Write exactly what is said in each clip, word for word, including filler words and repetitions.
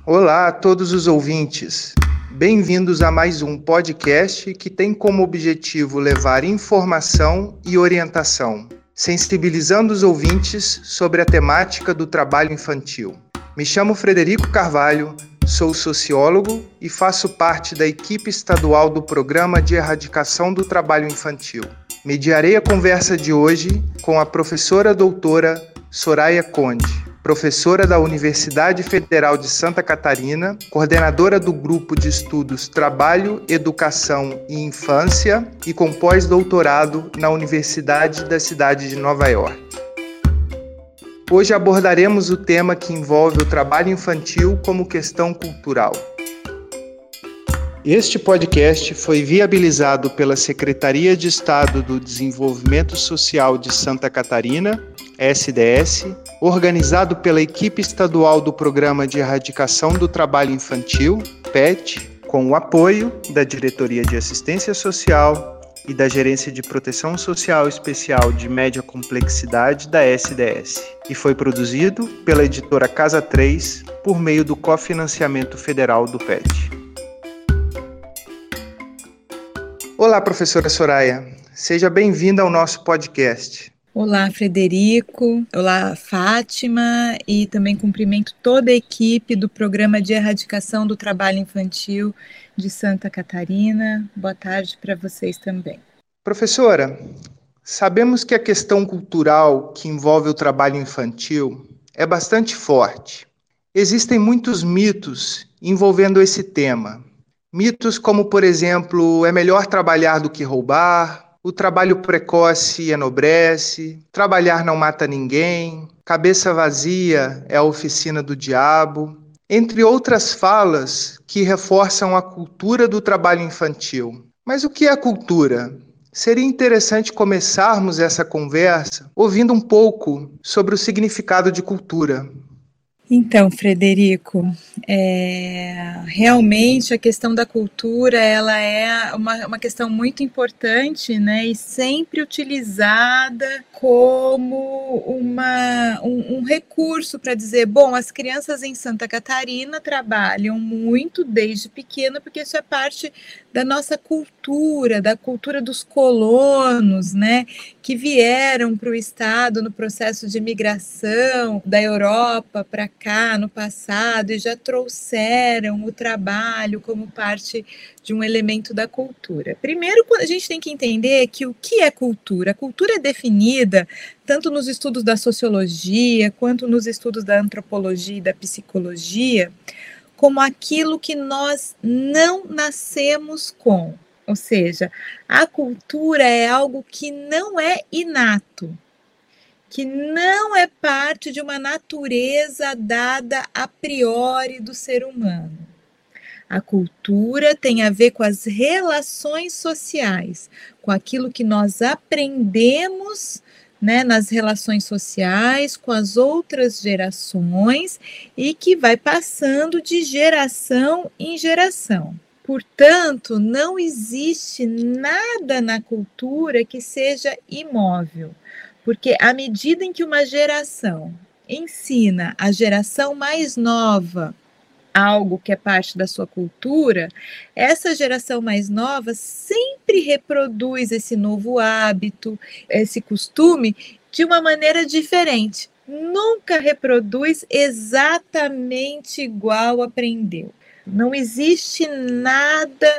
Olá a todos os ouvintes. Bem-vindos a mais um podcast que tem como objetivo levar informação e orientação, sensibilizando os ouvintes sobre a temática do trabalho infantil. Me chamo Frederico Carvalho, sou sociólogo e faço parte da equipe estadual do Programa de Erradicação do Trabalho Infantil. Mediarei a conversa de hoje com a professora doutora Soraya Conde, professora da Universidade Federal de Santa Catarina, coordenadora do Grupo de Estudos Trabalho, Educação e Infância e com pós-doutorado na Universidade da cidade de Nova York. Hoje abordaremos o tema que envolve o trabalho infantil como questão cultural. Este podcast foi viabilizado pela Secretaria de Estado do Desenvolvimento Social de Santa Catarina, S D S, organizado pela equipe estadual do Programa de Erradicação do Trabalho Infantil, P E T, com o apoio da Diretoria de Assistência Social e da Gerência de Proteção Social Especial de Média Complexidade da S D S, e foi produzido pela editora Casa três por meio do cofinanciamento federal do P E T. Olá, professora Soraya. Seja bem-vinda ao nosso podcast. Olá, Frederico. Olá, Fátima. E também cumprimento toda a equipe do Programa de Erradicação do Trabalho Infantil de Santa Catarina. Boa tarde para vocês também. Professora, sabemos que a questão cultural que envolve o trabalho infantil é bastante forte. Existem muitos mitos envolvendo esse tema. Mitos como, por exemplo, é melhor trabalhar do que roubar, o trabalho precoce enobrece, trabalhar não mata ninguém, cabeça vazia é a oficina do diabo, entre outras falas que reforçam a cultura do trabalho infantil. Mas o que é a cultura? Seria interessante começarmos essa conversa ouvindo um pouco sobre o significado de cultura. Então, Frederico, é, realmente a questão da cultura ela é uma, uma questão muito importante, né, e sempre utilizada como uma, um, um recurso para dizer, bom, as crianças em Santa Catarina trabalham muito desde pequena porque isso é parte da nossa cultura, da cultura dos colonos, né, que vieram para o estado no processo de migração da Europa para cá no passado e já trouxeram o trabalho como parte de um elemento da cultura. Primeiro, a gente tem que entender que o que é cultura? A cultura é definida tanto nos estudos da sociologia quanto nos estudos da antropologia e da psicologia como aquilo que nós não nascemos com. Ou seja, a cultura é algo que não é inato, que não é parte de uma natureza dada a priori do ser humano. A cultura tem a ver com as relações sociais, com aquilo que nós aprendemos, né, nas relações sociais, com as outras gerações e que vai passando de geração em geração. Portanto, não existe nada na cultura que seja imóvel, porque à medida em que uma geração ensina a geração mais nova algo que é parte da sua cultura, essa geração mais nova sempre reproduz esse novo hábito, esse costume, de uma maneira diferente. Nunca reproduz exatamente igual aprendeu. Não existe nada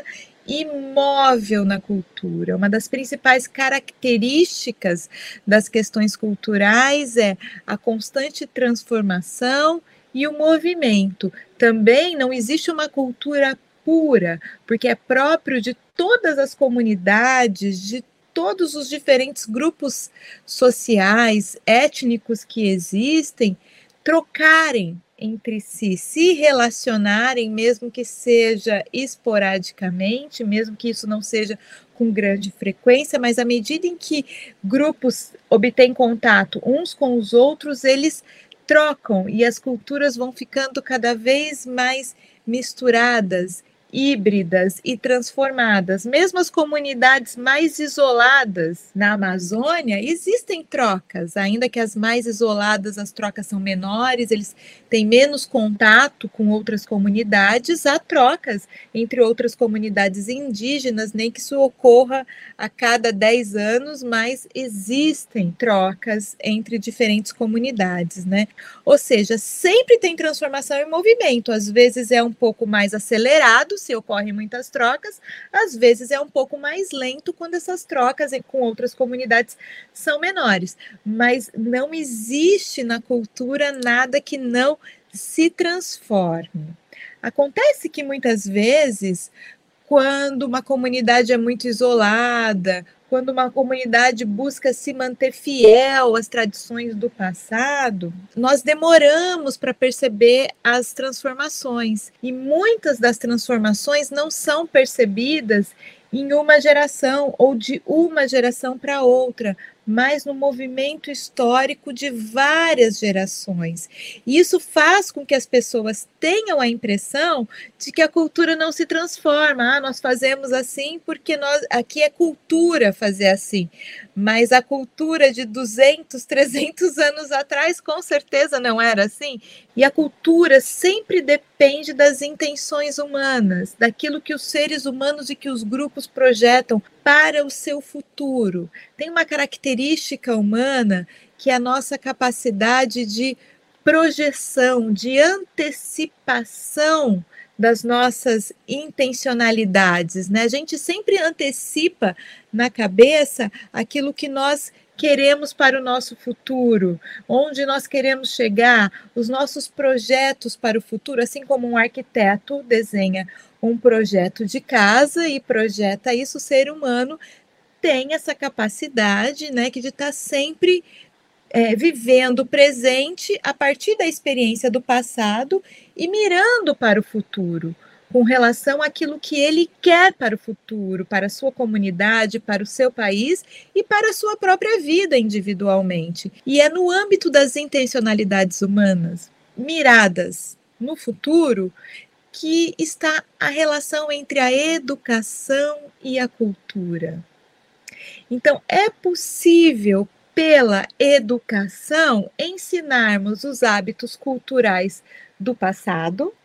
imóvel na cultura. Uma das principais características das questões culturais é a constante transformação e o movimento. Também não existe uma cultura pura, porque é próprio de todas as comunidades, de todos os diferentes grupos sociais, étnicos que existem, trocarem entre si, se relacionarem, mesmo que seja esporadicamente, mesmo que isso não seja com grande frequência, mas à medida em que grupos obtêm contato uns com os outros, eles trocam e as culturas vão ficando cada vez mais misturadas híbridas e transformadas. Mesmo as comunidades mais isoladas na Amazônia, existem trocas, ainda que as mais isoladas, as trocas são menores, eles têm menos contato com outras comunidades, há trocas entre outras comunidades indígenas, nem que isso ocorra a cada dez anos, mas existem trocas entre diferentes comunidades, né? Ou seja, sempre tem transformação em movimento, às vezes é um pouco mais acelerado, se ocorrem muitas trocas, às vezes é um pouco mais lento quando essas trocas com outras comunidades são menores, mas não existe na cultura nada que não se transforme. Acontece que muitas vezes, quando uma comunidade é muito isolada, quando uma comunidade busca se manter fiel às tradições do passado, nós demoramos para perceber as transformações. E muitas das transformações não são percebidas em uma geração ou de uma geração para outra, mas no movimento histórico de várias gerações. E isso faz com que as pessoas tenham a impressão de que a cultura não se transforma. Ah, nós fazemos assim porque nós, aqui é cultura fazer assim. Mas a cultura de duzentos, trezentos anos atrás, com certeza não era assim. E a cultura sempre depende das intenções humanas, daquilo que os seres humanos e que os grupos projetam para o seu futuro. Tem uma característica humana que é a nossa capacidade de projeção, de antecipação das nossas intencionalidades, né? A gente sempre antecipa na cabeça aquilo que nós queremos para o nosso futuro, onde nós queremos chegar, os nossos projetos para o futuro, assim como um arquiteto desenha um projeto de casa e projeta isso, o ser humano tem essa capacidade, né, que de estar sempre é, vivendo o presente a partir da experiência do passado e mirando para o futuro, com relação àquilo que ele quer para o futuro, para a sua comunidade, para o seu país e para a sua própria vida individualmente. E é no âmbito das intencionalidades humanas, miradas no futuro, que está a relação entre a educação e a cultura. Então, é possível, pela educação, ensinarmos os hábitos culturais do passado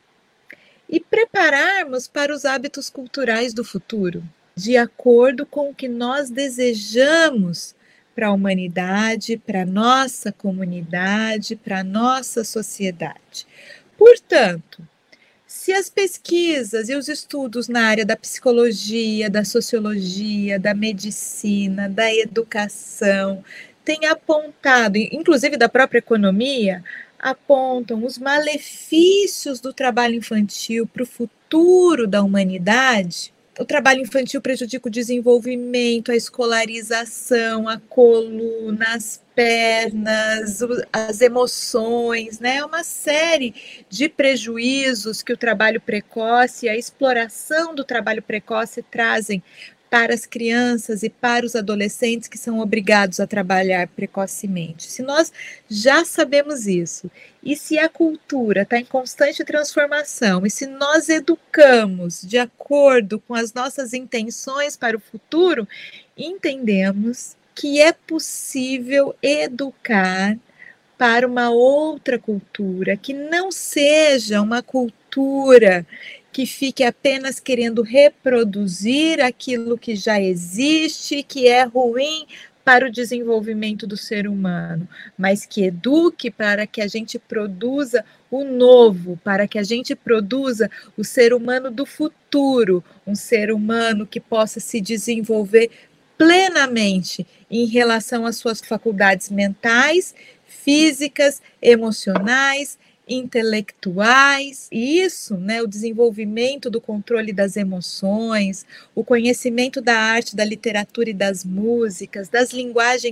e prepararmos para os hábitos culturais do futuro, de acordo com o que nós desejamos para a humanidade, para a nossa comunidade, para a nossa sociedade. Portanto, se as pesquisas e os estudos na área da psicologia, da sociologia, da medicina, da educação têm apontado, inclusive da própria economia, apontam os malefícios do trabalho infantil para o futuro da humanidade, o trabalho infantil prejudica o desenvolvimento, a escolarização, a coluna, as pernas, as emoções, né? É uma série de prejuízos que o trabalho precoce e a exploração do trabalho precoce trazem para as crianças e para os adolescentes que são obrigados a trabalhar precocemente. Se nós já sabemos isso, e se a cultura está em constante transformação, e se nós educamos de acordo com as nossas intenções para o futuro, entendemos que é possível educar para uma outra cultura, que não seja uma cultura que fique apenas querendo reproduzir aquilo que já existe, que é ruim para o desenvolvimento do ser humano, mas que eduque para que a gente produza o novo, para que a gente produza o ser humano do futuro, um ser humano que possa se desenvolver plenamente em relação às suas faculdades mentais, físicas, emocionais, intelectuais. E isso, né, o desenvolvimento do controle das emoções, o conhecimento da arte, da literatura e das músicas, das linguagens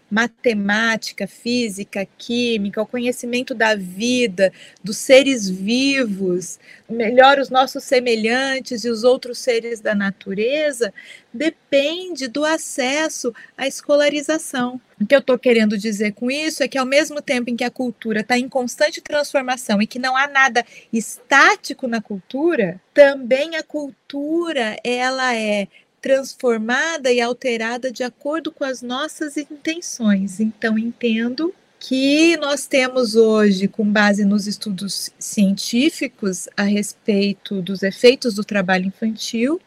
matemática, física, química, o conhecimento da vida, dos seres vivos, melhor os nossos semelhantes e os outros seres da natureza, depende do acesso à escolarização. O que eu estou querendo dizer com isso é que, ao mesmo tempo em que a cultura está em constante transformação e que não há nada estático na cultura, também a cultura ela é transformada e alterada de acordo com as nossas intenções. Então, entendo que nós temos hoje, com base nos estudos científicos a respeito dos efeitos do trabalho infantil,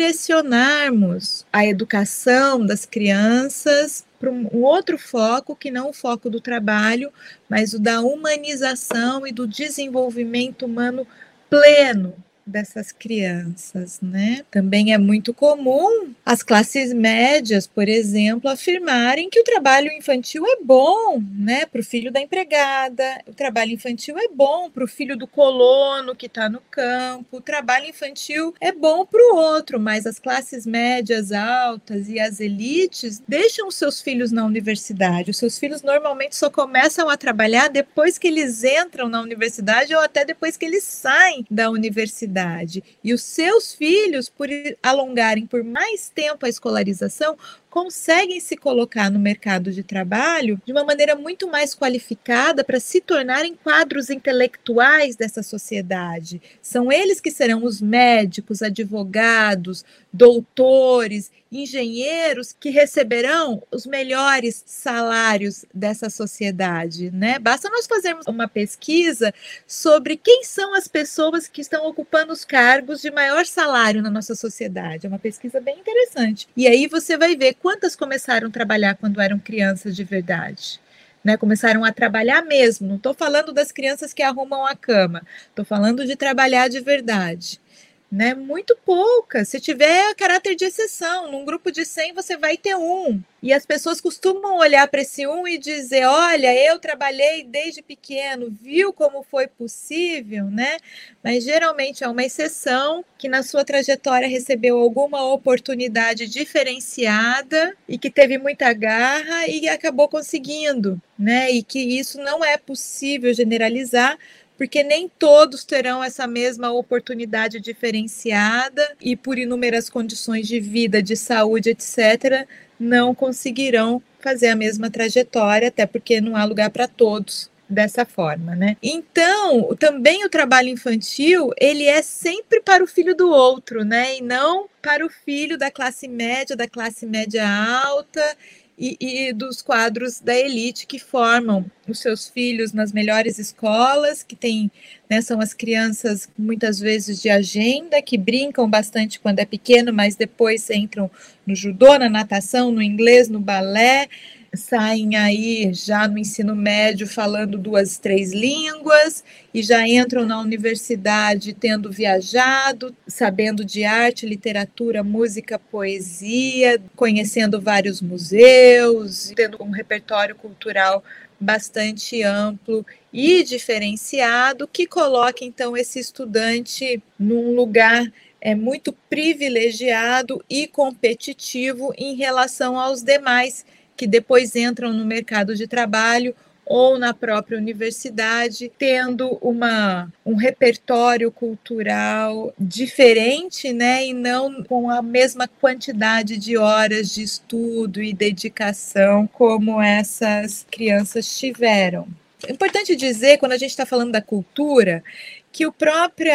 direcionarmos a educação das crianças para um outro foco, que não o foco do trabalho, mas o da humanização e do desenvolvimento humano pleno dessas crianças, né? Também é muito comum as classes médias, por exemplo, afirmarem que o trabalho infantil é bom, né, para o filho da empregada, o trabalho infantil é bom para o filho do colono que está no campo, o trabalho infantil é bom para o outro, mas as classes médias altas e as elites deixam os seus filhos na universidade. Os seus filhos normalmente só começam a trabalhar depois que eles entram na universidade ou até depois que eles saem da universidade. E os seus filhos, por alongarem por mais tempo a escolarização, conseguem se colocar no mercado de trabalho de uma maneira muito mais qualificada para se tornarem quadros intelectuais dessa sociedade. São eles que serão os médicos, advogados, doutores, engenheiros que receberão os melhores salários dessa sociedade, né? Basta nós fazermos uma pesquisa sobre quem são as pessoas que estão ocupando os cargos de maior salário na nossa sociedade. É uma pesquisa bem interessante. E aí você vai ver quantas começaram a trabalhar quando eram crianças de verdade. Né, começaram a trabalhar mesmo. Não estou falando das crianças que arrumam a cama, estou falando de trabalhar de verdade. Né, muito poucas. Se tiver caráter de exceção, num grupo de cem você vai ter um. E as pessoas costumam olhar para esse um e dizer, olha, eu trabalhei desde pequeno, viu como foi possível, né? Mas geralmente é uma exceção que na sua trajetória recebeu alguma oportunidade diferenciada e que teve muita garra e acabou conseguindo, né? E que isso não é possível generalizar, porque nem todos terão essa mesma oportunidade diferenciada e por inúmeras condições de vida, de saúde, etcétera, não conseguirão fazer a mesma trajetória, até porque não há lugar para todos dessa forma, né? Então, também o trabalho infantil, ele é sempre para o filho do outro, né? E não para o filho da classe média, da classe média alta, E, e dos quadros da elite que formam os seus filhos nas melhores escolas, que tem, né, são as crianças muitas vezes de agenda, que brincam bastante quando é pequeno, mas depois entram no judô, na natação, no inglês, no balé, saem aí já no ensino médio falando duas, três línguas e já entram na universidade tendo viajado, sabendo de arte, literatura, música, poesia, conhecendo vários museus, tendo um repertório cultural bastante amplo e diferenciado, que coloca então esse estudante num lugar é muito privilegiado e competitivo em relação aos demais que depois entram no mercado de trabalho ou na própria universidade, tendo uma, um repertório cultural diferente, né, e não com a mesma quantidade de horas de estudo e dedicação como essas crianças tiveram. É importante dizer, quando a gente está falando da cultura, que o próprio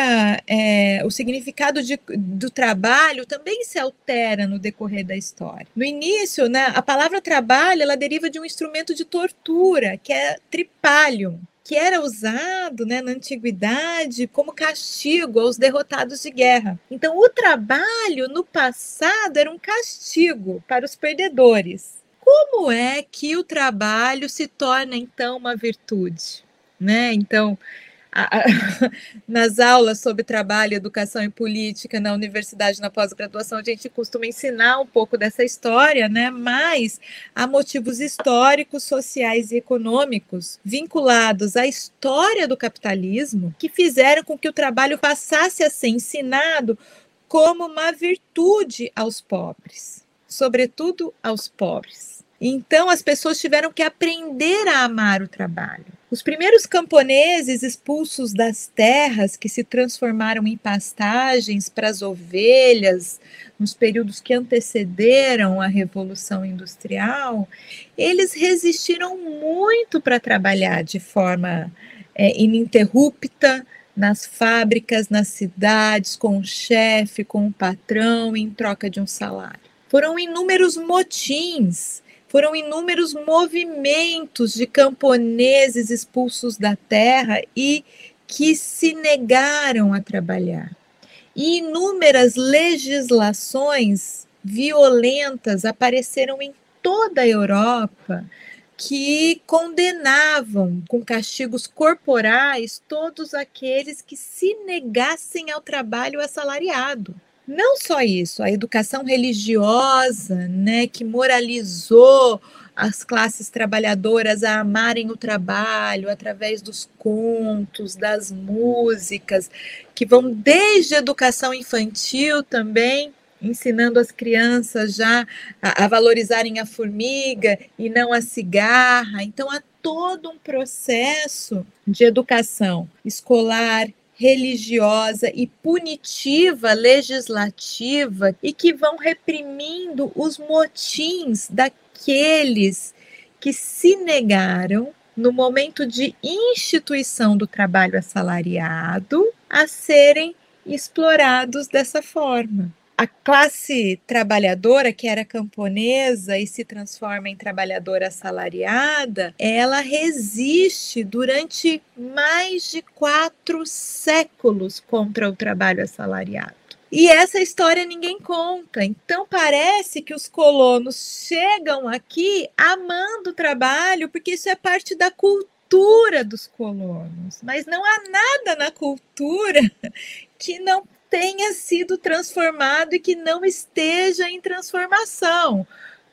é, o significado de, do trabalho também se altera no decorrer da história. No início, né, a palavra trabalho ela deriva de um instrumento de tortura, que é tripalium, que era usado, né, na antiguidade como castigo aos derrotados de guerra. Então, o trabalho, no passado, era um castigo para os perdedores. Como é que o trabalho se torna, então, uma virtude? Né? Então, A, a, nas aulas sobre trabalho, educação e política na universidade, na pós-graduação, a gente costuma ensinar um pouco dessa história, né? Mas há motivos históricos, sociais e econômicos vinculados à história do capitalismo que fizeram com que o trabalho passasse a ser ensinado como uma virtude aos pobres, sobretudo aos pobres. Então, as pessoas tiveram que aprender a amar o trabalho. Os primeiros camponeses expulsos das terras, que se transformaram em pastagens para as ovelhas, nos períodos que antecederam a Revolução Industrial, eles resistiram muito para trabalhar de forma é, ininterrupta nas fábricas, nas cidades, com o chefe, com o patrão, em troca de um salário. Foram inúmeros motins, foram inúmeros movimentos de camponeses expulsos da terra e que se negaram a trabalhar. E inúmeras legislações violentas apareceram em toda a Europa que condenavam com castigos corporais todos aqueles que se negassem ao trabalho assalariado. Não só isso, a educação religiosa, né, que moralizou as classes trabalhadoras a amarem o trabalho através dos contos, das músicas, que vão desde a educação infantil também, ensinando as crianças já a, a valorizarem a formiga e não a cigarra. Então, há todo um processo de educação escolar, religiosa e punitiva, legislativa, e que vão reprimindo os motins daqueles que se negaram, no momento de instituição do trabalho assalariado, a serem explorados dessa forma. A classe trabalhadora, que era camponesa e se transforma em trabalhadora assalariada, ela resiste durante mais de quatro séculos contra o trabalho assalariado. E essa história ninguém conta. Então parece que os colonos chegam aqui amando o trabalho, porque isso é parte da cultura dos colonos. Mas não há nada na cultura que não tenha sido transformado e que não esteja em transformação.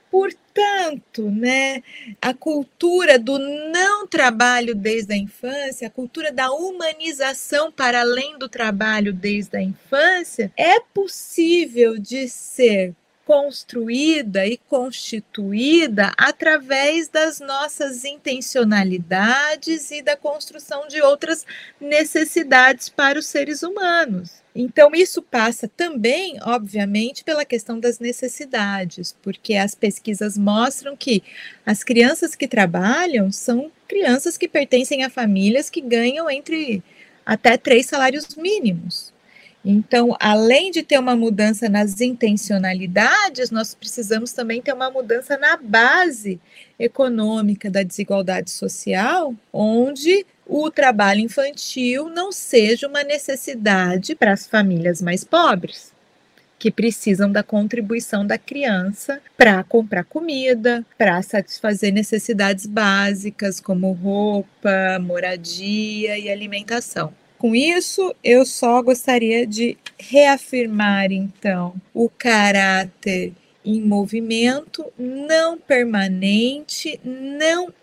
Portanto, né, a cultura do não trabalho desde a infância, a cultura da humanização para além do trabalho desde a infância, é possível de ser construída e constituída através das nossas intencionalidades e da construção de outras necessidades para os seres humanos. Então, isso passa também, obviamente, pela questão das necessidades, porque as pesquisas mostram que as crianças que trabalham são crianças que pertencem a famílias que ganham entre até três salários mínimos. Então, além de ter uma mudança nas intencionalidades, nós precisamos também ter uma mudança na base econômica da desigualdade social, onde o trabalho infantil não seja uma necessidade para as famílias mais pobres, que precisam da contribuição da criança para comprar comida, para satisfazer necessidades básicas como roupa, moradia e alimentação. Com isso, eu só gostaria de reafirmar, então, o caráter em movimento, não permanente, não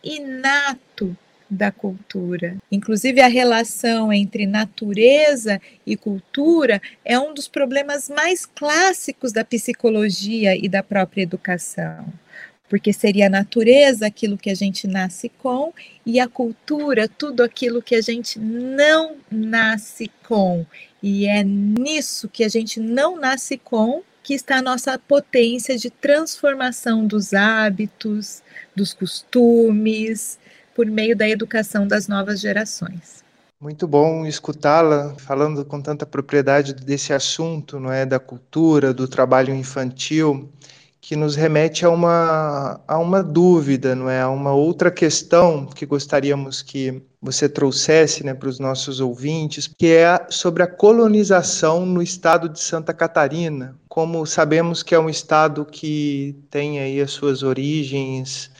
inato da cultura. Inclusive, a relação entre natureza e cultura é um dos problemas mais clássicos da psicologia e da própria educação. Porque seria a natureza aquilo que a gente nasce com e a cultura tudo aquilo que a gente não nasce com. E é nisso que a gente não nasce com que está a nossa potência de transformação dos hábitos, dos costumes, por meio da educação das novas gerações. Muito bom escutá-la falando com tanta propriedade desse assunto, não é, da cultura, do trabalho infantil, que nos remete a uma, a uma dúvida, não é? A uma outra questão que gostaríamos que você trouxesse, né, para os nossos ouvintes, que é sobre a colonização no estado de Santa Catarina. Como sabemos que é um estado que tem aí as suas origens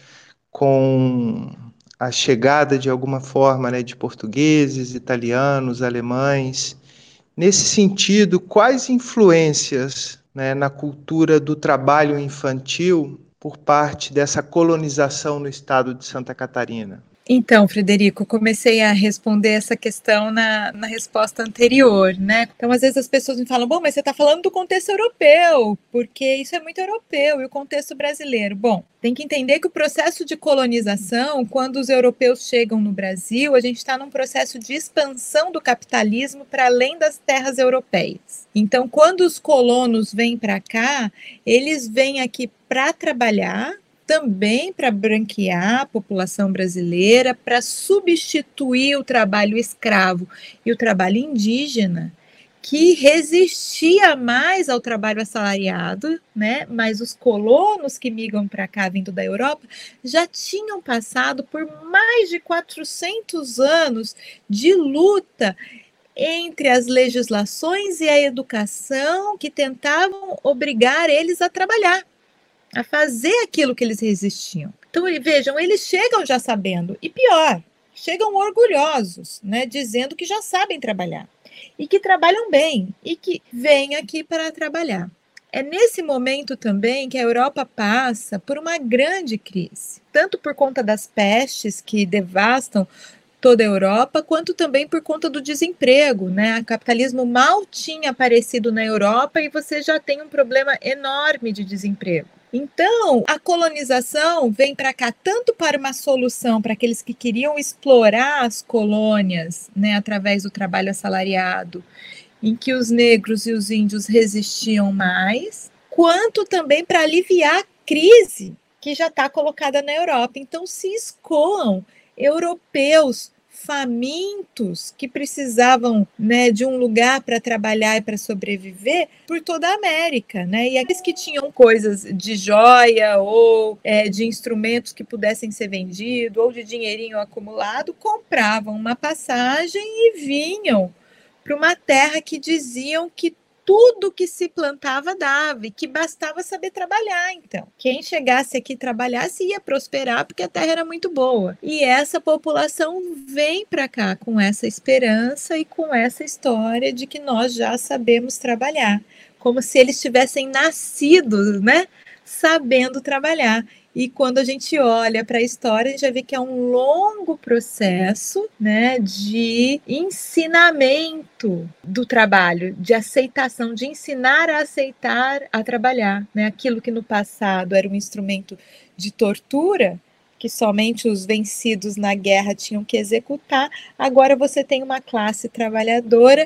com a chegada de alguma forma, né, de portugueses, italianos, alemães. Nesse sentido, quais influências, né, na cultura do trabalho infantil por parte dessa colonização no estado de Santa Catarina? Então, Frederico, eu comecei a responder essa questão na, na resposta anterior, né? Então, às vezes as pessoas me falam, bom, mas você está falando do contexto europeu, porque isso é muito europeu, e o contexto brasileiro? Bom, tem que entender que o processo de colonização, quando os europeus chegam no Brasil, a gente está num processo de expansão do capitalismo para além das terras europeias. Então, quando os colonos vêm para cá, eles vêm aqui para trabalhar, também para branquear a população brasileira, para substituir o trabalho escravo e o trabalho indígena, que resistia mais ao trabalho assalariado, né? Mas os colonos que migram para cá, vindo da Europa, já tinham passado por mais de quatrocentos anos de luta entre as legislações e a educação que tentavam obrigar eles a trabalhar, a fazer aquilo que eles resistiam. Então, vejam, eles chegam já sabendo, e pior, chegam orgulhosos, né, dizendo que já sabem trabalhar, e que trabalham bem, e que vêm aqui para trabalhar. É nesse momento também que a Europa passa por uma grande crise, tanto por conta das pestes que devastam toda a Europa, quanto também por conta do desemprego, né? O capitalismo mal tinha aparecido na Europa e você já tem um problema enorme de desemprego. Então, a colonização vem para cá tanto para uma solução para aqueles que queriam explorar as colônias, né, através do trabalho assalariado, em que os negros e os índios resistiam mais, quanto também para aliviar a crise que já está colocada na Europa. Então, se escoam europeus famintos que precisavam, né, de um lugar para trabalhar e para sobreviver por toda a América, né? E aqueles que tinham coisas de joia ou é, de instrumentos que pudessem ser vendidos ou de dinheirinho acumulado, compravam uma passagem e vinham para uma terra que diziam que tudo que se plantava dava e que bastava saber trabalhar. Então, quem chegasse aqui e trabalhasse ia prosperar porque a terra era muito boa. E essa população vem para cá com essa esperança e com essa história de que nós já sabemos trabalhar, como se eles tivessem nascido, né, sabendo trabalhar. E quando a gente olha para a história, a gente já vê que é um longo processo, né, de ensinamento do trabalho, de aceitação, de ensinar a aceitar a trabalhar, né? Aquilo que no passado era um instrumento de tortura, que somente os vencidos na guerra tinham que executar, agora você tem uma classe trabalhadora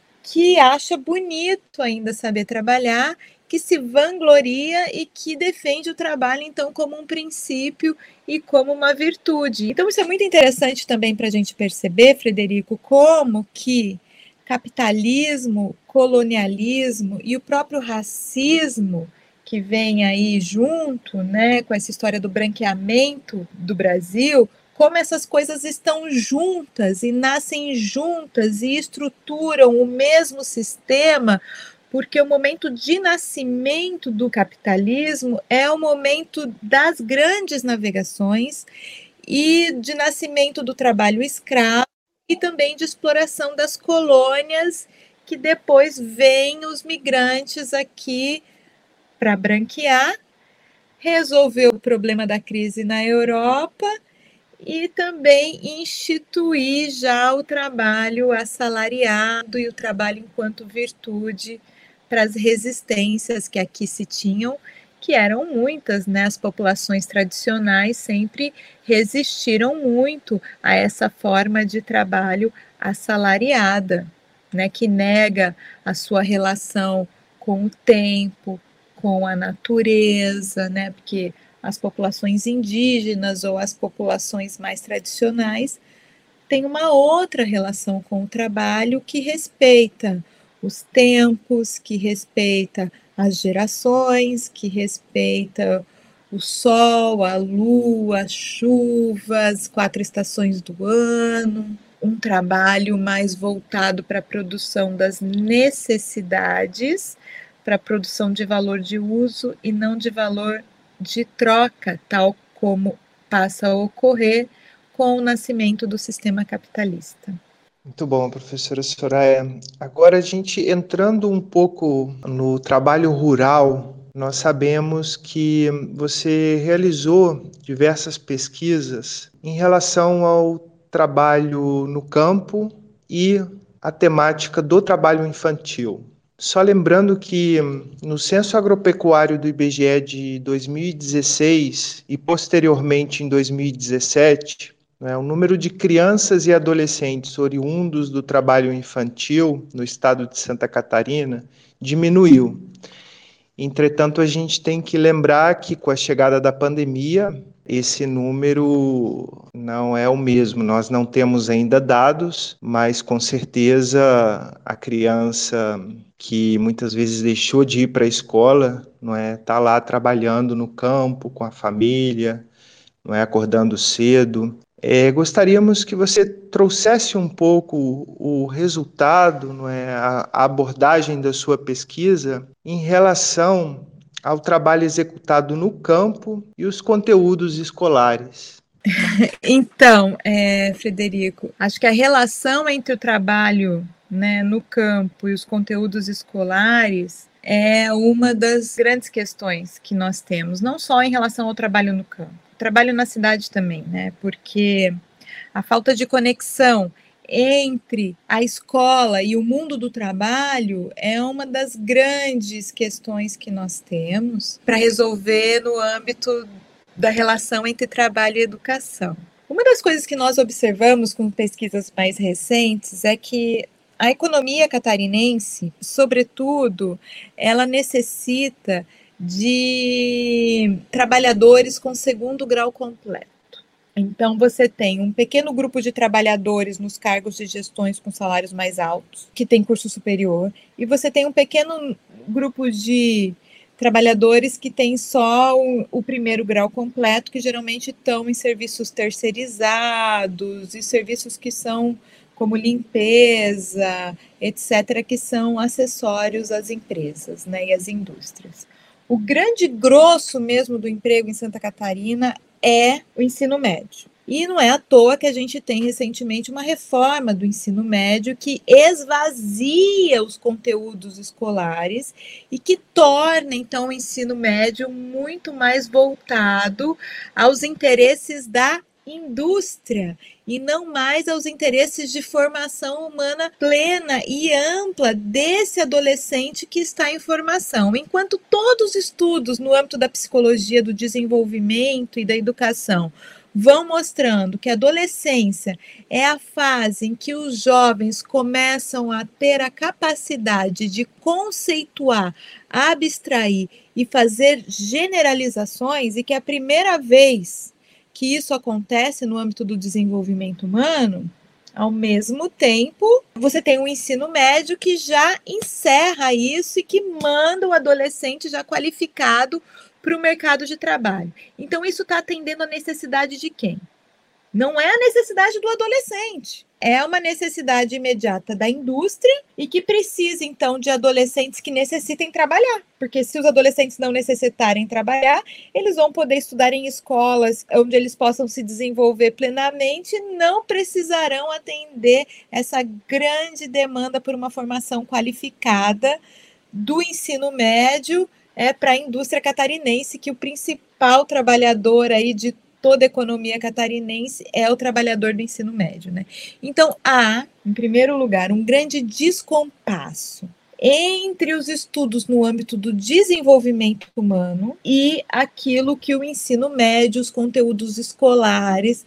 que acha bonito ainda saber trabalhar, que se vangloria e que defende o trabalho, então, como um princípio e como uma virtude. Então, isso é muito interessante também para a gente perceber, Frederico, como que capitalismo, colonialismo e o próprio racismo que vem aí junto, né, com essa história do branqueamento do Brasil, como essas coisas estão juntas e nascem juntas e estruturam o mesmo sistema, porque o momento de nascimento do capitalismo é o momento das grandes navegações e de nascimento do trabalho escravo e também de exploração das colônias, que depois vêm os migrantes aqui para branquear, resolver o problema da crise na Europa e também instituir já o trabalho assalariado e o trabalho enquanto virtude para as resistências que aqui se tinham, que eram muitas, né? As populações tradicionais sempre resistiram muito a essa forma de trabalho assalariada, né? Que nega a sua relação com o tempo, com a natureza, né? Porque as populações indígenas ou as populações mais tradicionais têm uma outra relação com o trabalho que respeita os tempos, que respeita as gerações, que respeita o sol, a lua, as chuvas, quatro estações do ano, um trabalho mais voltado para a produção das necessidades, para a produção de valor de uso e não de valor de troca, tal como passa a ocorrer com o nascimento do sistema capitalista. Muito bom, professora Soraya. Agora a gente entrando um pouco no trabalho rural nós sabemos que você realizou diversas pesquisas em relação ao trabalho no campo e a temática do trabalho infantil. Só lembrando que no Censo Agropecuário do I B G E de dois mil e dezesseis e posteriormente em dois mil e dezessete, né, o número de crianças e adolescentes oriundos do trabalho infantil no estado de Santa Catarina diminuiu. Entretanto, a gente tem que lembrar que com a chegada da pandemia, esse número não é o mesmo. Nós não temos ainda dados, mas com certeza a criança que muitas vezes deixou de ir para a escola, não é, tá lá trabalhando no campo com a família, não é, acordando cedo. É, gostaríamos que você trouxesse um pouco o resultado, não é, a, a abordagem da sua pesquisa em relação ao trabalho executado no campo e os conteúdos escolares. Então, é, Frederico, acho que a relação entre o trabalho, né, no campo e os conteúdos escolares é uma das grandes questões que nós temos, não só em relação ao trabalho no campo, trabalho na cidade também, né, porque a falta de conexão entre a escola e o mundo do trabalho é uma das grandes questões que nós temos para resolver no âmbito da relação entre trabalho e educação. Uma das coisas que nós observamos com pesquisas mais recentes é que a economia catarinense, sobretudo, ela necessita de trabalhadores com segundo grau completo. Então, você tem um pequeno grupo de trabalhadores nos cargos de gestões com salários mais altos, que tem curso superior, e você tem um pequeno grupo de trabalhadores que têm só o, o primeiro grau completo, que geralmente estão em serviços terceirizados e serviços que são como limpeza, etcétera, que são acessórios às empresas, né, e às indústrias. O grande grosso mesmo do emprego em Santa Catarina é o ensino médio. E não é à toa que a gente tem recentemente uma reforma do ensino médio que esvazia os conteúdos escolares e que torna, então, o ensino médio muito mais voltado aos interesses da indústria e não mais aos interesses de formação humana plena e ampla desse adolescente que está em formação. Enquanto todos os estudos no âmbito da psicologia, do desenvolvimento e da educação vão mostrando que a adolescência é a fase em que os jovens começam a ter a capacidade de conceituar, abstrair e fazer generalizações, e que é a primeira vez que isso acontece no âmbito do desenvolvimento humano, ao mesmo tempo, você tem um ensino médio que já encerra isso e que manda o adolescente já qualificado para o mercado de trabalho. Então, isso está atendendo a necessidade de quem? Não é a necessidade do adolescente, é uma necessidade imediata da indústria e que precisa, então, de adolescentes que necessitem trabalhar. Porque se os adolescentes não necessitarem trabalhar, eles vão poder estudar em escolas onde eles possam se desenvolver plenamente e não precisarão atender essa grande demanda por uma formação qualificada do ensino médio é, para a indústria catarinense, que o principal trabalhador aí de toda a economia catarinense é o trabalhador do ensino médio, né? Então, há, em primeiro lugar, um grande descompasso entre os estudos no âmbito do desenvolvimento humano e aquilo que o ensino médio, os conteúdos escolares,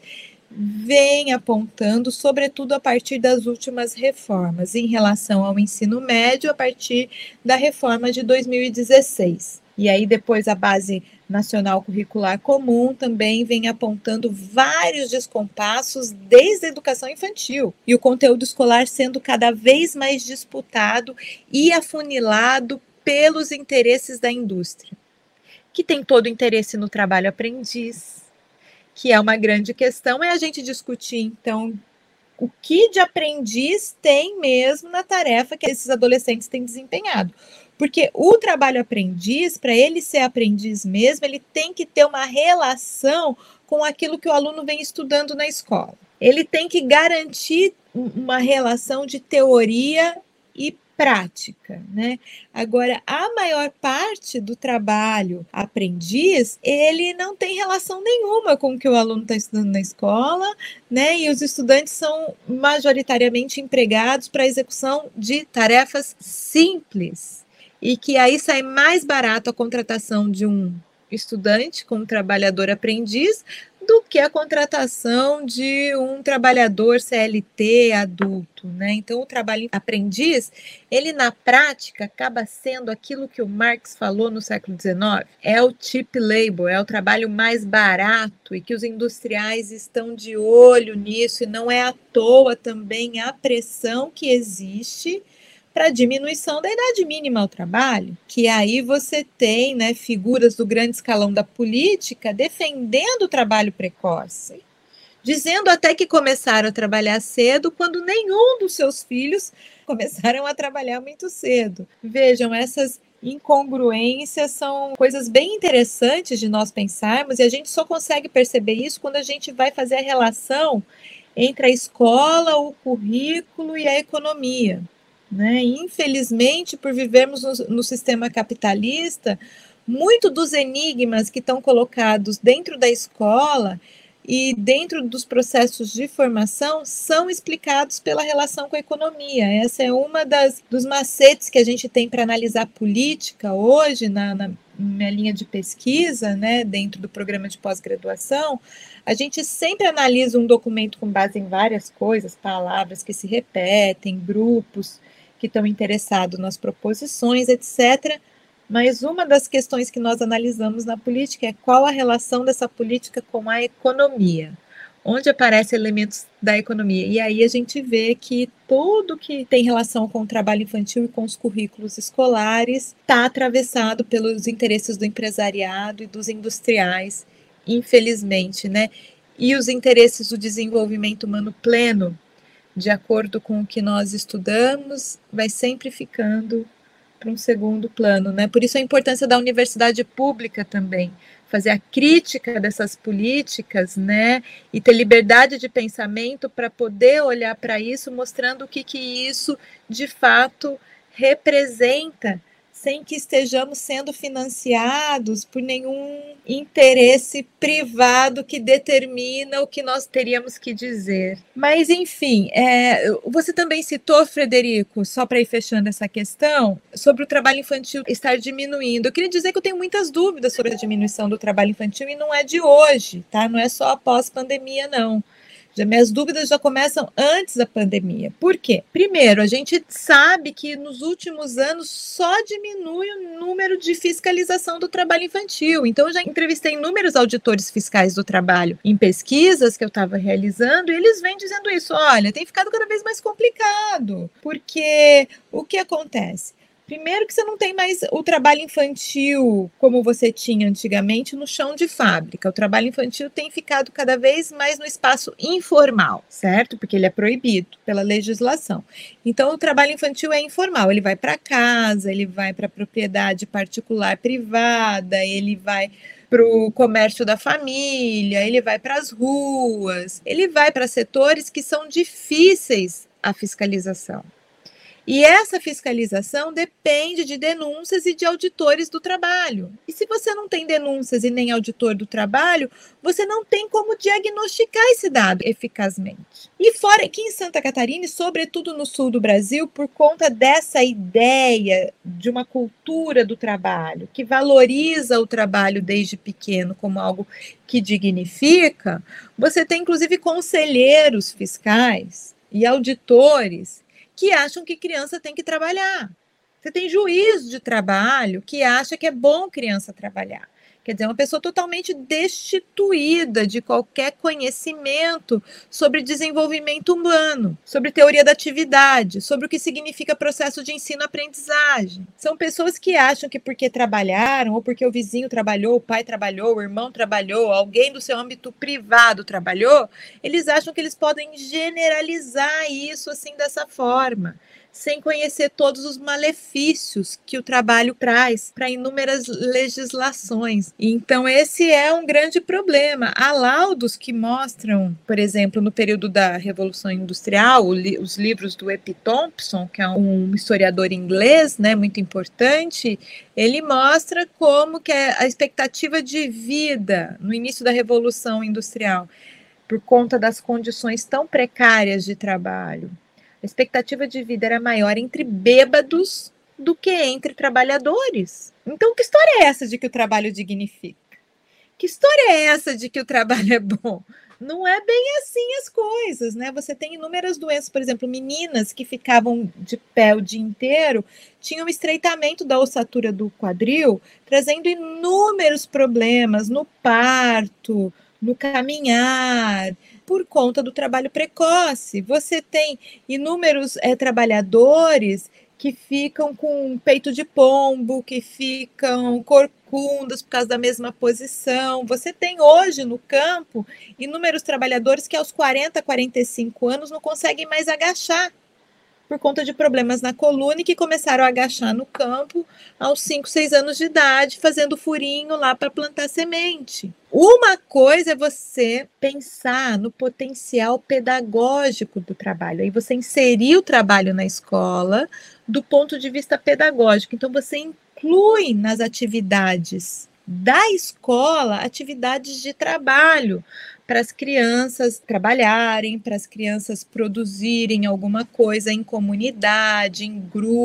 vem apontando, sobretudo a partir das últimas reformas, em relação ao ensino médio, a partir da reforma de dois mil e dezesseis. E aí, depois, a Base Nacional Curricular Comum também vem apontando vários descompassos desde a educação infantil, e o conteúdo escolar sendo cada vez mais disputado e afunilado pelos interesses da indústria, que tem todo o interesse no trabalho aprendiz, que é uma grande questão, é a gente discutir, então, o que de aprendiz tem mesmo na tarefa que esses adolescentes têm desempenhado. Porque o trabalho aprendiz, para ele ser aprendiz mesmo, ele tem que ter uma relação com aquilo que o aluno vem estudando na escola. Ele tem que garantir uma relação de teoria e prática, né? Agora, a maior parte do trabalho aprendiz, ele não tem relação nenhuma com o que o aluno está estudando na escola, né? E os estudantes são majoritariamente empregados para a execução de tarefas simples, e que aí sai mais barato a contratação de um estudante como trabalhador aprendiz do que a contratação de um trabalhador C L T adulto, né? Então, o trabalho aprendiz, ele na prática acaba sendo aquilo que o Marx falou no século dezenove, é o cheap labor, é o trabalho mais barato, e que os industriais estão de olho nisso, e não é à toa também a pressão que existe para a diminuição da idade mínima ao trabalho, que aí você tem, né, figuras do grande escalão da política defendendo o trabalho precoce, dizendo até que começaram a trabalhar cedo quando nenhum dos seus filhos começaram a trabalhar muito cedo. Vejam, essas incongruências são coisas bem interessantes de nós pensarmos, e a gente só consegue perceber isso quando a gente vai fazer a relação entre a escola, o currículo e a economia. Né? Infelizmente, por vivermos no, no sistema capitalista, muito dos enigmas que estão colocados dentro da escola e dentro dos processos de formação são explicados pela relação com a economia. Essa é uma das dos macetes que a gente tem para analisar política hoje na, na minha linha de pesquisa, né, dentro do programa de pós-graduação. A gente sempre analisa um documento com base em várias coisas, palavras que se repetem, grupos que estão interessados nas proposições, etcétera. Mas uma das questões que nós analisamos na política é qual a relação dessa política com a economia, onde aparecem elementos da economia. E aí a gente vê que tudo que tem relação com o trabalho infantil e com os currículos escolares está atravessado pelos interesses do empresariado e dos industriais, infelizmente, né? E os interesses do desenvolvimento humano pleno, de acordo com o que nós estudamos, vai sempre ficando para um segundo plano, né? Por isso a importância da universidade pública também, fazer a crítica dessas políticas, né? E ter liberdade de pensamento para poder olhar para isso, mostrando o que, que isso de fato representa, sem que estejamos sendo financiados por nenhum interesse privado que determina o que nós teríamos que dizer. Mas, enfim, é, você também citou, Frederico, só para ir fechando essa questão, sobre o trabalho infantil estar diminuindo. Eu queria dizer que eu tenho muitas dúvidas sobre a diminuição do trabalho infantil, e não é de hoje, tá? Não é só após pandemia, não. Já, minhas dúvidas já começam antes da pandemia. Por quê? Primeiro, a gente sabe que nos últimos anos só diminui o número de fiscalização do trabalho infantil. Então, eu já entrevistei inúmeros auditores fiscais do trabalho em pesquisas que eu estava realizando, e eles vêm dizendo isso. Olha, tem ficado cada vez mais complicado, porque o que acontece? Primeiro que você não tem mais o trabalho infantil como você tinha antigamente no chão de fábrica. O trabalho infantil tem ficado cada vez mais no espaço informal, certo? Porque ele é proibido pela legislação. Então, o trabalho infantil é informal. Ele vai para casa, ele vai para propriedade particular privada, ele vai para o comércio da família, ele vai para as ruas, ele vai para setores que são difíceis à fiscalização. E essa fiscalização depende de denúncias e de auditores do trabalho. E se você não tem denúncias e nem auditor do trabalho, você não tem como diagnosticar esse dado eficazmente. E fora aqui em Santa Catarina, e sobretudo no sul do Brasil, por conta dessa ideia de uma cultura do trabalho, que valoriza o trabalho desde pequeno como algo que dignifica, você tem inclusive conselheiros fiscais e auditores que acham que criança tem que trabalhar. Você tem juiz de trabalho que acha que é bom criança trabalhar. Quer dizer, uma pessoa totalmente destituída de qualquer conhecimento sobre desenvolvimento humano, sobre teoria da atividade, sobre o que significa processo de ensino-aprendizagem. São pessoas que acham que porque trabalharam, ou porque o vizinho trabalhou, o pai trabalhou, o irmão trabalhou, alguém do seu âmbito privado trabalhou, eles acham que eles podem generalizar isso assim dessa forma. sem conhecer todos os malefícios que o trabalho traz para inúmeras legislações. Então, esse é um grande problema. Há laudos que mostram, por exemplo, no período da Revolução Industrial, os livros do E P Thompson, que é um historiador inglês, né, muito importante, ele mostra como que a expectativa de vida no início da Revolução Industrial, por conta das condições tão precárias de trabalho, a expectativa de vida era maior entre bêbados do que entre trabalhadores. Então, que história é essa de que o trabalho dignifica? Que história é essa de que o trabalho é bom? Não é bem assim as coisas, né? Você tem inúmeras doenças, por exemplo, meninas que ficavam de pé o dia inteiro, tinham estreitamento da ossatura do quadril, trazendo inúmeros problemas no parto, no caminhar, por conta do trabalho precoce. Você tem inúmeros é, trabalhadores que ficam com peito de pombo, que ficam corcundas por causa da mesma posição. Você tem hoje no campo inúmeros trabalhadores que aos quarenta, quarenta e cinco anos não conseguem mais agachar, por conta de problemas na coluna e que começaram a agachar no campo aos cinco, seis anos de idade, fazendo furinho lá para plantar semente. Uma coisa é você pensar no potencial pedagógico do trabalho, aí você inserir o trabalho na escola do ponto de vista pedagógico. Então, você inclui nas atividades da escola atividades de trabalho, para as crianças trabalharem, para as crianças produzirem alguma coisa em comunidade, em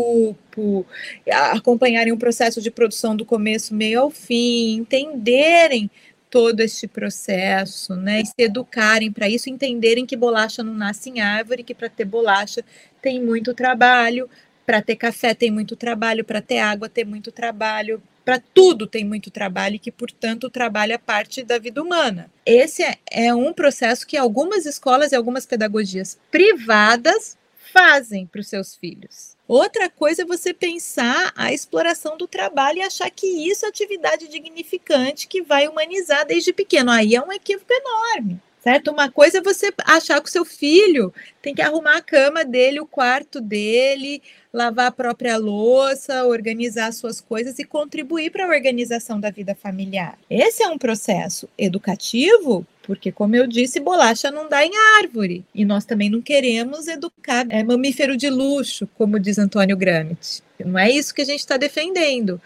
grupo, acompanharem o processo de produção do começo, meio ao fim, entenderem todo este processo, né, e se educarem para isso, entenderem que bolacha não nasce em árvore, que para ter bolacha tem muito trabalho, para ter café tem muito trabalho, para ter água tem muito trabalho, para tudo tem muito trabalho e que, portanto, o trabalho é parte da vida humana. Esse é, é um processo que algumas escolas e algumas pedagogias privadas fazem para os seus filhos. Outra coisa é você pensar a exploração do trabalho e achar que isso é atividade dignificante que vai humanizar desde pequeno. Aí é um equívoco enorme. Certo? Uma coisa é você achar que o seu filho tem que arrumar a cama dele, o quarto dele, lavar a própria louça, organizar suas coisas e contribuir para a organização da vida familiar. Esse é um processo educativo, porque, como eu disse, bolacha não dá em árvore. E nós também não queremos educar é, mamífero de luxo, como diz Antônio Gramsci. Não é isso que a gente está defendendo.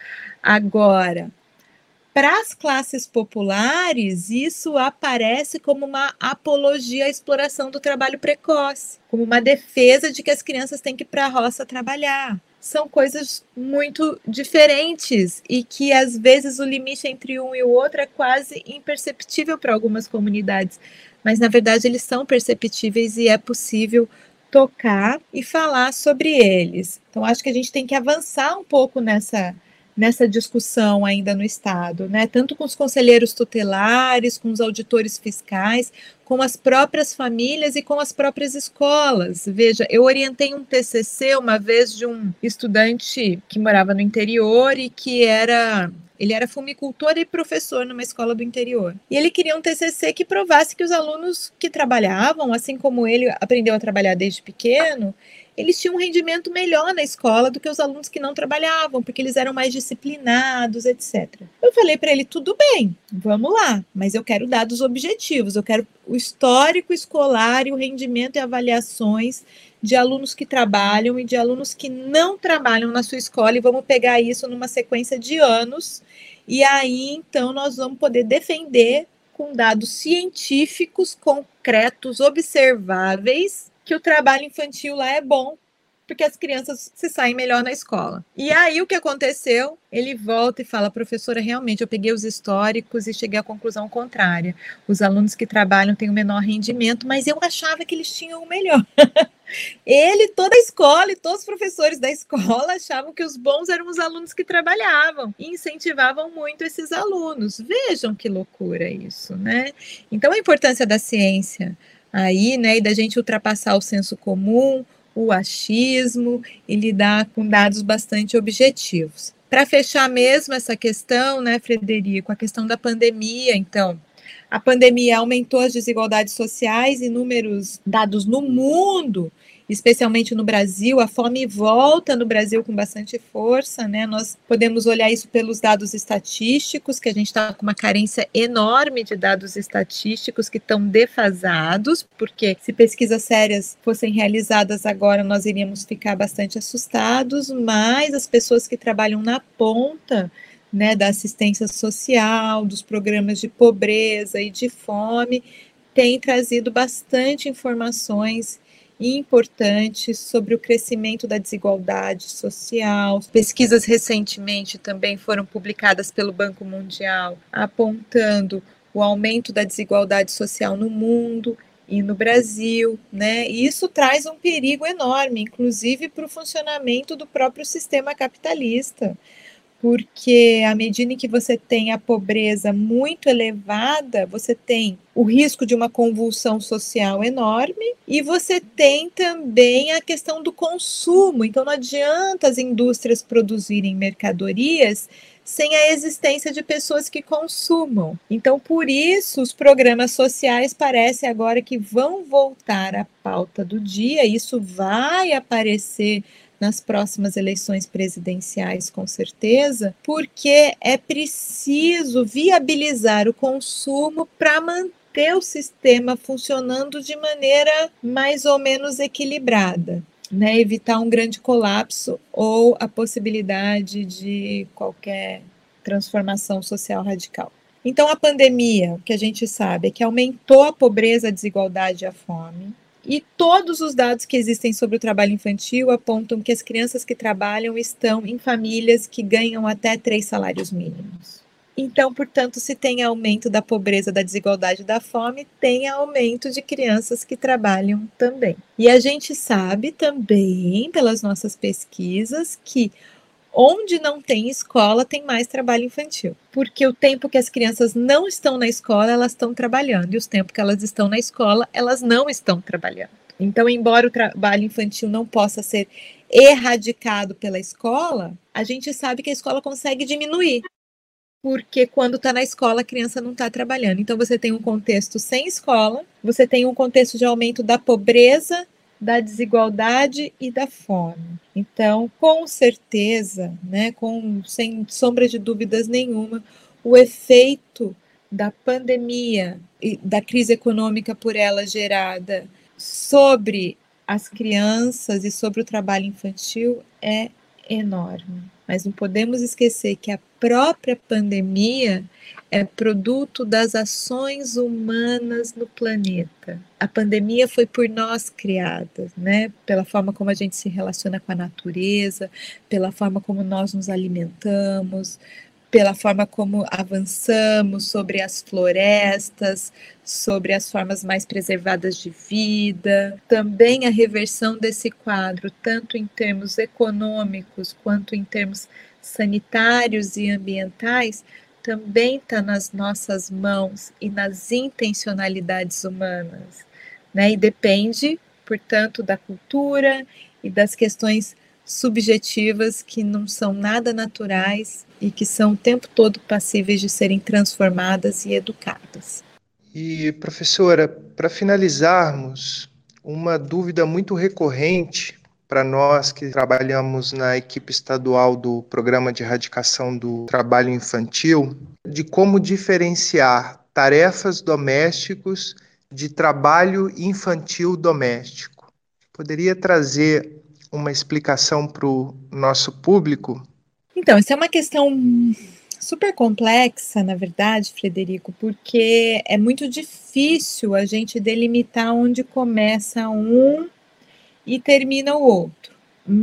Agora, para as classes populares, isso aparece como uma apologia à exploração do trabalho precoce, como uma defesa de que as crianças têm que ir para a roça trabalhar. São coisas muito diferentes e que, às vezes, o limite entre um e o outro é quase imperceptível para algumas comunidades, mas, na verdade, eles são perceptíveis e é possível tocar e falar sobre eles. Então, acho que a gente tem que avançar um pouco nessa nessa discussão ainda no Estado, né? Tanto com os conselheiros tutelares, com os auditores fiscais, com as próprias famílias e com as próprias escolas. Veja, eu orientei um T C C uma vez de um estudante que morava no interior e que era... Ele era fumicultor e professor numa escola do interior. E ele queria um T C C que provasse que os alunos que trabalhavam, assim como ele aprendeu a trabalhar desde pequeno, eles tinham um rendimento melhor na escola do que os alunos que não trabalhavam, porque eles eram mais disciplinados, etcétera. Eu falei para ele, tudo bem, vamos lá, mas eu quero dados objetivos, eu quero o histórico escolar e o rendimento e avaliações de alunos que trabalham e de alunos que não trabalham na sua escola, e vamos pegar isso numa sequência de anos, e aí, então, nós vamos poder defender com dados científicos, concretos, observáveis, que o trabalho infantil lá é bom, porque as crianças se saem melhor na escola. E aí o que aconteceu? Ele volta e fala, professora, realmente eu peguei os históricos e cheguei à conclusão contrária. Os alunos que trabalham têm o menor rendimento, mas eu achava que eles tinham o melhor. Ele, toda a escola e todos os professores da escola achavam que os bons eram os alunos que trabalhavam e incentivavam muito esses alunos. Vejam que loucura isso, né? Então a importância da ciência aí, né, e da gente ultrapassar o senso comum, o achismo e lidar com dados bastante objetivos. Para fechar mesmo essa questão, né, Frederico, a questão da pandemia, então, a pandemia aumentou as desigualdades sociais, inúmeros dados no mundo especialmente no Brasil. A fome volta no Brasil com bastante força, né? Nós podemos olhar isso pelos dados estatísticos, que a gente está com uma carência enorme de dados estatísticos que estão defasados, porque se pesquisas sérias fossem realizadas agora, nós iríamos ficar bastante assustados, mas as pessoas que trabalham na ponta, né, da assistência social, dos programas de pobreza e de fome, têm trazido bastante informações importantes sobre o crescimento da desigualdade social. Pesquisas recentemente também foram publicadas pelo Banco Mundial, apontando o aumento da desigualdade social no mundo e no Brasil, né? E isso traz um perigo enorme, inclusive para o funcionamento do próprio sistema capitalista, porque à medida que você tem a pobreza muito elevada, você tem o risco de uma convulsão social enorme e você tem também a questão do consumo. Então não adianta as indústrias produzirem mercadorias sem a existência de pessoas que consumam. Então, por isso, os programas sociais parecem agora que vão voltar à pauta do dia. Isso vai aparecer nas próximas eleições presidenciais, com certeza, porque é preciso viabilizar o consumo para manter o sistema funcionando de maneira mais ou menos equilibrada, né? Evitar um grande colapso ou a possibilidade de qualquer transformação social radical. Então, a pandemia, o que a gente sabe é que aumentou a pobreza, a desigualdade e a fome. E todos os dados que existem sobre o trabalho infantil apontam que as crianças que trabalham estão em famílias que ganham até três salários mínimos. Então, portanto, se tem aumento da pobreza, da desigualdade e da fome, tem aumento de crianças que trabalham também. E a gente sabe também, pelas nossas pesquisas, que onde não tem escola, tem mais trabalho infantil. Porque o tempo que as crianças não estão na escola, elas estão trabalhando. E o tempo que elas estão na escola, elas não estão trabalhando. Então, embora o trabalho infantil não possa ser erradicado pela escola, a gente sabe que a escola consegue diminuir. Porque quando está na escola, a criança não está trabalhando. Então, você tem um contexto sem escola, você tem um contexto de aumento da pobreza, da desigualdade e da fome. Então, com certeza, né, com, sem sombra de dúvidas nenhuma, o efeito da pandemia e da crise econômica por ela gerada sobre as crianças e sobre o trabalho infantil é enorme. Mas não podemos esquecer que a própria pandemia é produto das ações humanas no planeta. A pandemia foi por nós criada, né? Pela forma como a gente se relaciona com a natureza, pela forma como nós nos alimentamos, pela forma como avançamos sobre as florestas, sobre as formas mais preservadas de vida. Também a reversão desse quadro, tanto em termos econômicos quanto em termos sanitários e ambientais, também está nas nossas mãos e nas intencionalidades humanas, né? E depende, portanto, da cultura e das questões subjetivas que não são nada naturais e que são o tempo todo passíveis de serem transformadas e educadas. E, professora, para finalizarmos, uma dúvida muito recorrente para nós que trabalhamos na equipe estadual do Programa de Erradicação do Trabalho Infantil, de como diferenciar tarefas domésticas de trabalho infantil doméstico. Poderia trazer uma explicação para o nosso público? Então, isso é uma questão super complexa, na verdade, Frederico, porque é muito difícil a gente delimitar onde começa um e termina o outro.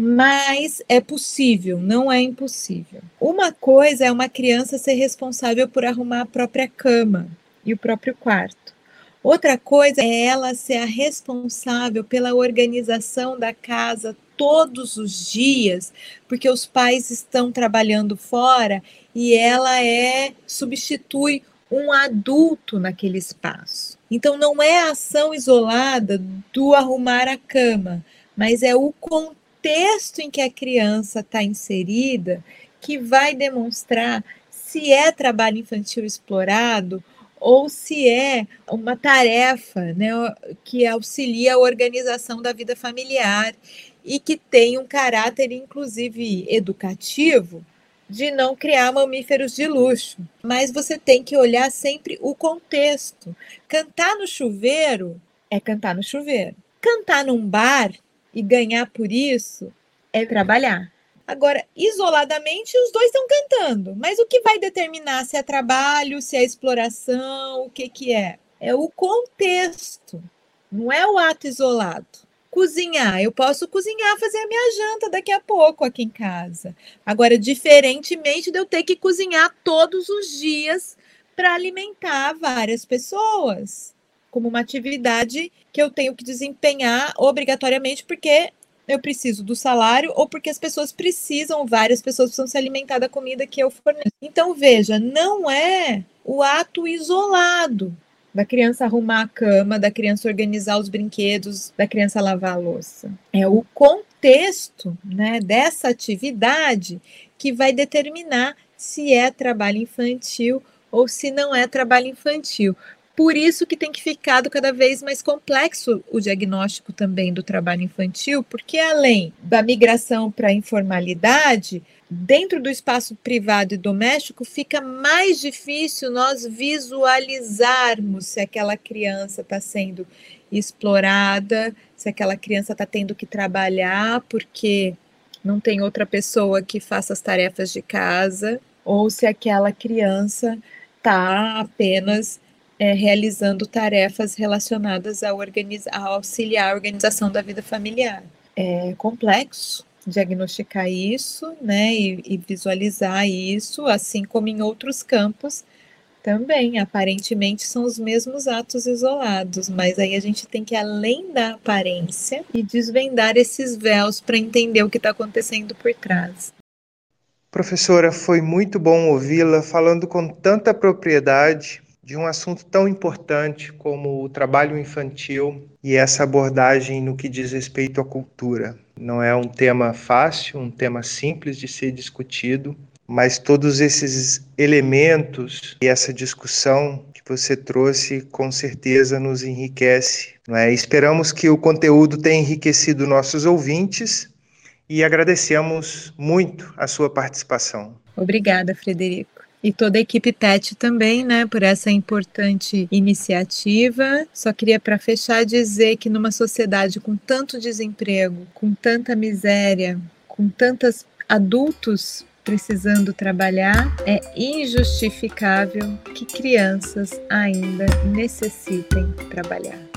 Mas é possível, não é impossível. Uma coisa é uma criança ser responsável por arrumar a própria cama e o próprio quarto. Outra coisa é ela ser a responsável pela organização da casa todos os dias, porque os pais estão trabalhando fora e ela é substitui um adulto naquele espaço. Então não é a ação isolada do arrumar a cama, mas é o contexto em que a criança está inserida que vai demonstrar se é trabalho infantil explorado ou se é uma tarefa, né, que auxilia a organização da vida familiar e que tem um caráter, inclusive, educativo, de não criar mamíferos de luxo. Mas você tem que olhar sempre o contexto. Cantar no chuveiro é cantar no chuveiro. Cantar num bar e ganhar por isso é trabalhar. Agora, isoladamente, os dois estão cantando. Mas o que vai determinar se é trabalho, se é exploração, o que, que é? É o contexto, não é o ato isolado. Cozinhar, eu posso cozinhar, fazer a minha janta daqui a pouco aqui em casa. Agora, diferentemente de eu ter que cozinhar todos os dias para alimentar várias pessoas, como uma atividade que eu tenho que desempenhar obrigatoriamente porque eu preciso do salário ou porque as pessoas precisam, várias pessoas precisam se alimentar da comida que eu forneço. Então, veja, não é o ato isolado da criança arrumar a cama, da criança organizar os brinquedos, da criança lavar a louça. É o contexto, né, dessa atividade que vai determinar se é trabalho infantil ou se não é trabalho infantil. Por isso que tem que ficar cada vez mais complexo o diagnóstico também do trabalho infantil, porque além da migração para a informalidade, dentro do espaço privado e doméstico, fica mais difícil nós visualizarmos se aquela criança está sendo explorada, se aquela criança está tendo que trabalhar porque não tem outra pessoa que faça as tarefas de casa, ou se aquela criança está apenas é, realizando tarefas relacionadas a, organiza- a auxiliar a organização da vida familiar. É complexo diagnosticar isso, né, e, e visualizar isso, assim como em outros campos também, aparentemente são os mesmos atos isolados, mas aí a gente tem que ir além da aparência e desvendar esses véus para entender o que está acontecendo por trás. Professora, foi muito bom ouvi-la falando com tanta propriedade de um assunto tão importante como o trabalho infantil e essa abordagem no que diz respeito à cultura. Não é um tema fácil, um tema simples de ser discutido, mas todos esses elementos e essa discussão que você trouxe com certeza nos enriquece, não é? Esperamos que o conteúdo tenha enriquecido nossos ouvintes e agradecemos muito a sua participação. Obrigada, Frederico. E toda a equipe T E T também, né, por essa importante iniciativa. Só queria, para fechar, dizer que numa sociedade com tanto desemprego, com tanta miséria, com tantos adultos precisando trabalhar, é injustificável que crianças ainda necessitem trabalhar.